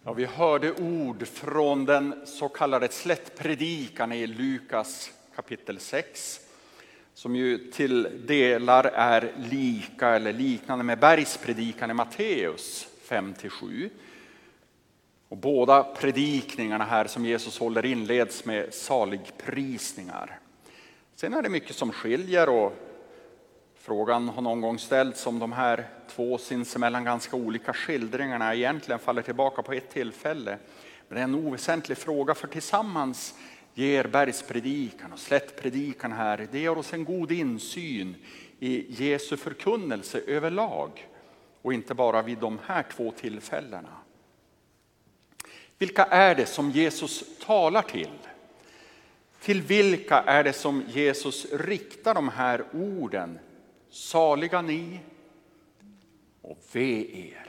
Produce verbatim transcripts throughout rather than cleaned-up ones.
Ja, vi hörde ord från den så kallade slättpredikan i Lukas kapitel sex. Som ju till delar är lika eller liknande med bergspredikan i Matteus fem till sju. Och båda predikningarna här som Jesus håller inleds med saligprisningar. Sen är det mycket som skiljer, och frågan har någon gång ställts om de här två sinsemellan ganska olika skildringarna egentligen faller tillbaka på ett tillfälle. Men det är en oväsentlig fråga, för tillsammans ger bergspredikan och slättpredikan här, det ger oss en god insyn i Jesu förkunnelse överlag och inte bara vid de här två tillfällena. Vilka är det som Jesus talar till? Till vilka är det som Jesus riktar de här orden? Saliga ni och ve er.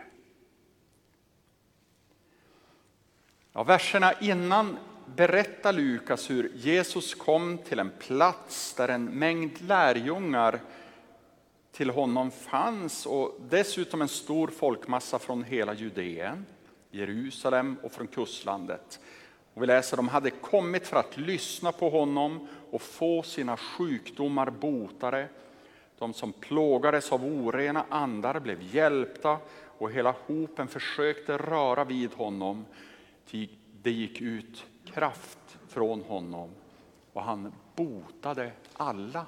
Ja, verserna innan berättar Lukas hur Jesus kom till en plats där en mängd lärjungar till honom fanns, och dessutom en stor folkmassa från hela Judeen, Jerusalem och från kustlandet. Och vi läser att de hade kommit för att lyssna på honom och få sina sjukdomar botade. De som plågades av orena andar blev hjälpta, och hela hopen försökte röra vid honom. Det gick ut kraft från honom och han botade alla.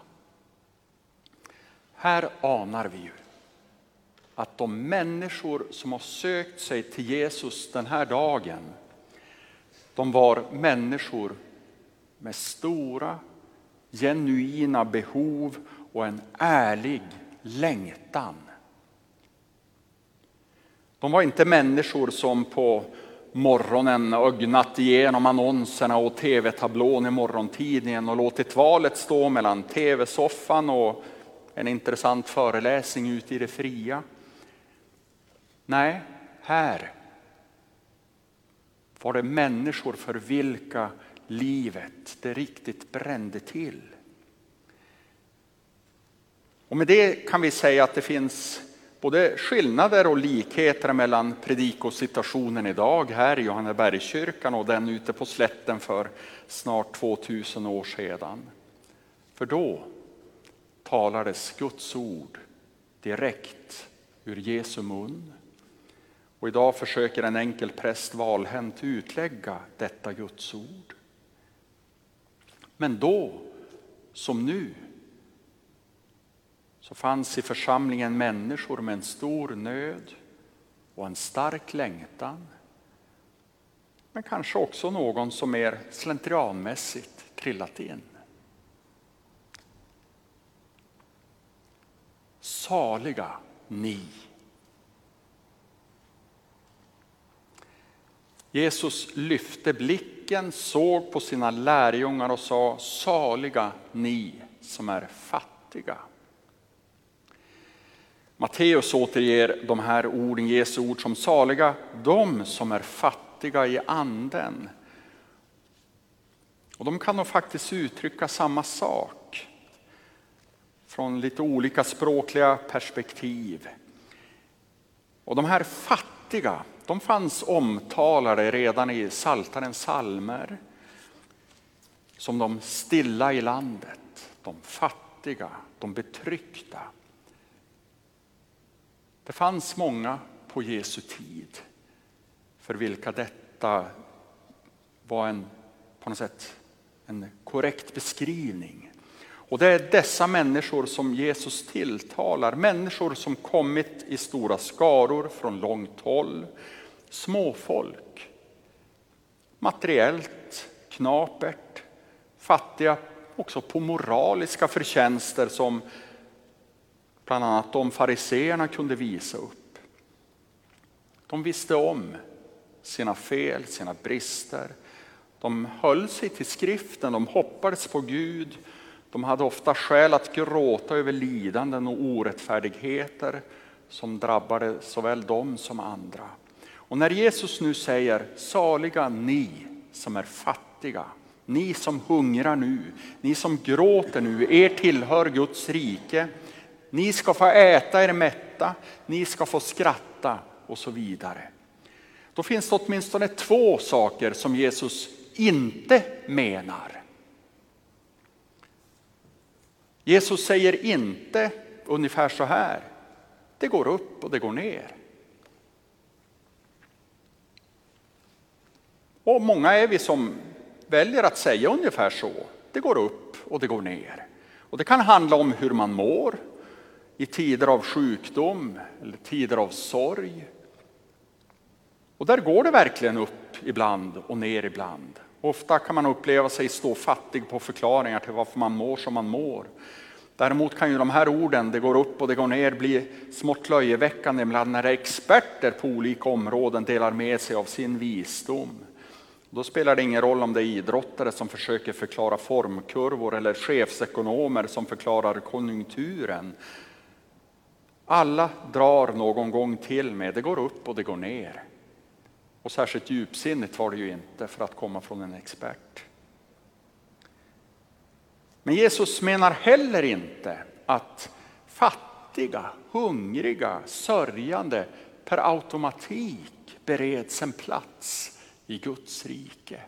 Här anar vi ju att de människor som har sökt sig till Jesus den här dagen, de var människor med stora, genuina behov och en ärlig längtan. De var inte människor som på morgonen ögnat igenom annonserna och tv-tablån i morgontidningen och låtit valet stå mellan tv-soffan och en intressant föreläsning ute i det fria. Nej, här var det människor för vilka livet det riktigt brände till. Och med det kan vi säga att det finns både skillnader och likheter mellan predikosituationen idag här i Johannebergskyrkan och den ute på slätten för snart tvåtusen år sedan. För då talades Guds ord direkt ur Jesu mun. Och idag försöker en enkel präst valhänt utlägga detta Guds ord. Men då, som nu, så fanns i församlingen människor med en stor nöd och en stark längtan. Men kanske också någon som mer slentrianmässigt trillat in. Saliga ni. Jesus lyfte blicken, såg på sina lärjungar och sa: saliga ni som är fattiga. Matteus återger de här orden, Jesu ord, som saliga de som är fattiga i anden. Och de kan nog faktiskt uttrycka samma sak från lite olika språkliga perspektiv. Och de här fattiga, de fanns omtalade redan i Psaltarens psalmer som de stilla i landet, de fattiga, de betryckta. Det fanns många på Jesu tid för vilka detta var en, på något sätt, en korrekt beskrivning. Och det är dessa människor som Jesus tilltalar. Människor som kommit i stora skaror från långt håll. Småfolk. Materiellt, knapert, fattiga också på moraliska förtjänster som bland annat de fariseerna kunde visa upp. De visste om sina fel, sina brister. De höll sig till skriften, de hoppades på Gud. De hade ofta skäl att gråta över lidanden och orättfärdigheter som drabbade såväl dem som andra. Och när Jesus nu säger: saliga ni som är fattiga, ni som hungrar nu, ni som gråter nu, er tillhör Guds rike. Ni ska få äta er mätta, ni ska få skratta och så vidare. då finns det åtminstone två saker som Jesus inte menar. Jesus säger inte ungefär så här: det går upp och det går ner. Och många är vi som väljer att säga ungefär så. Det går upp och det går ner. Och det kan handla om hur man mår i tider av sjukdom eller tider av sorg. Och där går det verkligen upp ibland och ner ibland. Ofta kan man uppleva sig stå fattig på förklaringar till varför man mår som man mår. Däremot kan ju de här orden, det går upp och det går ner, bli smått löjeväckande ibland när experter på olika områden delar med sig av sin visdom. Då spelar det ingen roll om det är idrottare som försöker förklara formkurvor eller chefsekonomer som förklarar konjunkturen. Alla drar någon gång till med det går upp och det går ner. Och särskilt djupsinnigt var det ju inte för att komma från en expert. Men Jesus menar heller inte att fattiga, hungriga, sörjande per automatik bereds en plats i Guds rike.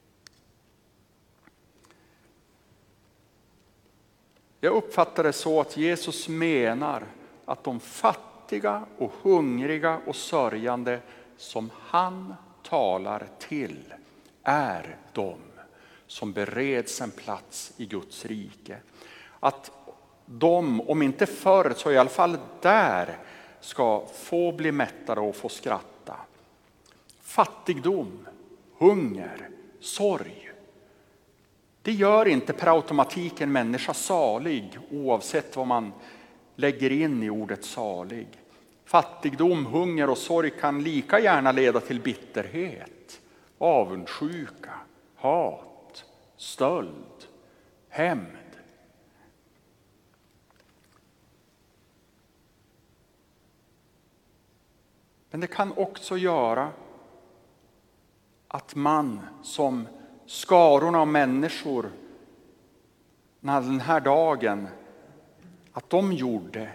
Jag uppfattar det så att Jesus menar att de fattiga och hungriga och sörjande som han talar till är de som bereds en plats i Guds rike. Att de, om inte förr så i alla fall där, ska få bli mättade och få skratta. Fattigdom, hunger, sorg. Det gör inte per automatik en människa salig oavsett vad man lägger in i ordet salig. Fattigdom, hunger och sorg kan lika gärna leda till bitterhet, avundsjuka, hat, stöld, hämnd. Men det kan också göra att man som skarorna av människor när den här dagen, att de gjorde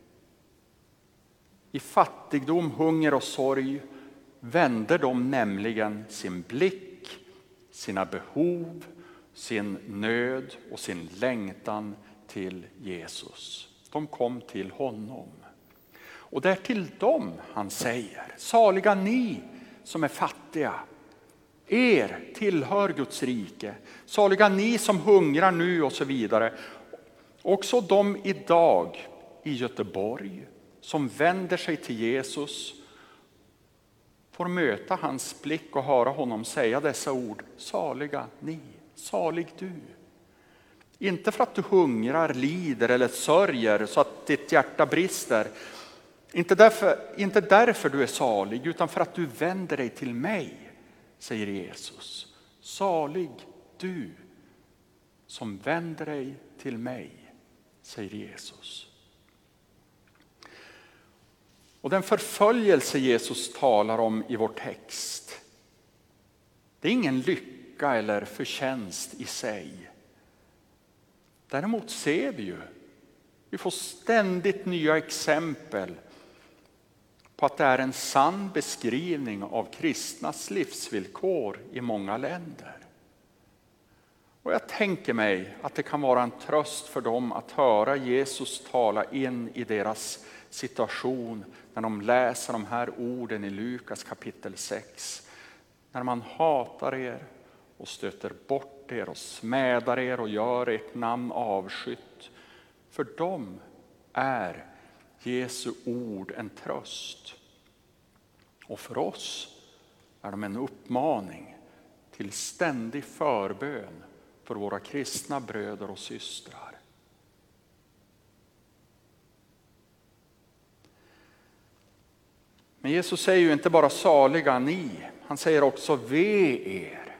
i fattigdom, hunger och sorg, vände de nämligen sin blick, sina behov, sin nöd och sin längtan till Jesus. De kom till honom. Och det är till dem han säger: saliga ni som är fattiga, er tillhör Guds rike. Saliga ni som hungrar nu och så vidare. Också de idag i Göteborg som vänder sig till Jesus får möta hans blick och höra honom säga dessa ord: saliga ni, salig du. Inte för att du hungrar, lider eller sörjer så att ditt hjärta brister. Inte därför, inte därför du är salig, utan för att du vänder dig till mig, säger Jesus. Salig du som vänder dig till mig, säger Jesus. Och den förföljelse Jesus talar om i vår text, det är ingen lycka eller förtjänst i sig. Däremot ser vi ju, vi får ständigt nya exempel på att det är en sann beskrivning av kristnas livsvillkor i många länder. Och jag tänker mig att det kan vara en tröst för dem att höra Jesus tala in i deras situation när de läser de här orden i Lukas kapitel sex. När man hatar er och stöter bort er och smädar er och gör ert namn avskytt. För dem är Jesu ord en tröst. Och för oss är de en uppmaning till ständig förbön för våra kristna bröder och systrar. Men Jesus säger ju inte bara saliga ni, han säger också ve er.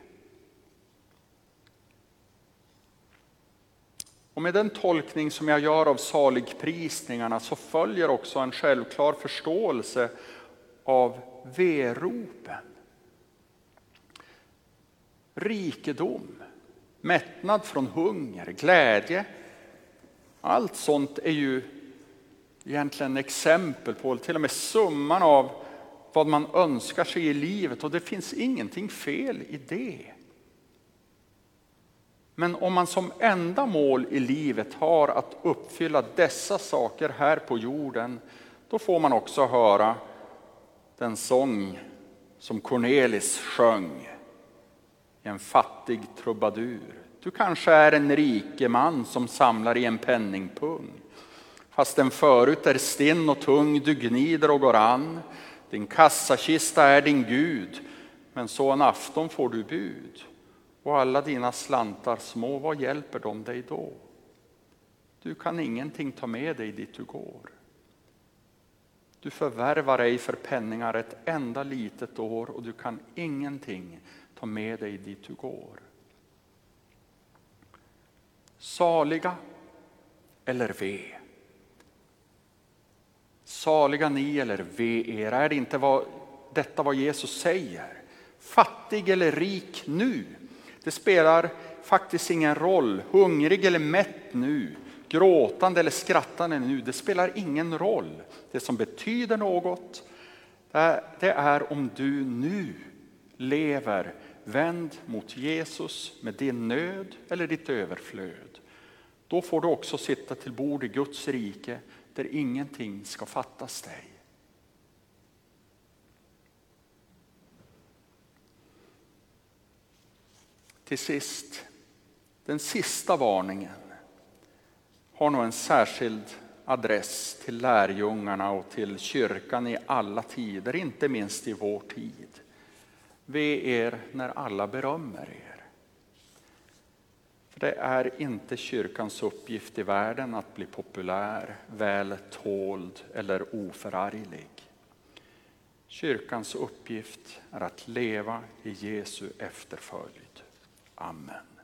Och med den tolkning som jag gör av saligprisningarna så följer också en självklar förståelse av veropen. Rikedom, mättnad från hunger, glädje. Allt sånt är ju egentligen exempel på, till och med summan av vad man önskar sig i livet, och det finns ingenting fel i det. Men om man som enda mål i livet har att uppfylla dessa saker här på jorden, då får man också höra den sång som Cornelis sjöng, en fattig trubadur. Du kanske är en rikeman som samlar i en penningpung. Fast den förut är stinn och tung, du gnider och går an. Din kassakista är din Gud, men så en afton får du bud. Och alla dina slantar små, vad hjälper de dig då? Du kan ingenting ta med dig dit du går. Du förvärvar ej för penningar ett enda litet år, och du kan ingenting ta med dig dit du går. Saliga eller ve? Saliga ni eller ve er, är det inte vad, detta vad Jesus säger? Fattig eller rik nu? Det spelar faktiskt ingen roll. Hungrig eller mätt nu? Gråtande eller skrattande nu? Det spelar ingen roll. Det som betyder något, det är om du nu lever vänd mot Jesus med din nöd eller ditt överflöd. Då får du också sitta till bord i Guds rike där ingenting ska fattas dig. Till sist, den sista varningen har nog en särskild adress till lärjungarna och till kyrkan i alla tider, inte minst i vår tid. Ve er när alla berömmer er. För det är inte kyrkans uppgift i världen att bli populär, väl tåld eller oförarglig. Kyrkans uppgift är att leva i Jesu efterföljd. Amen.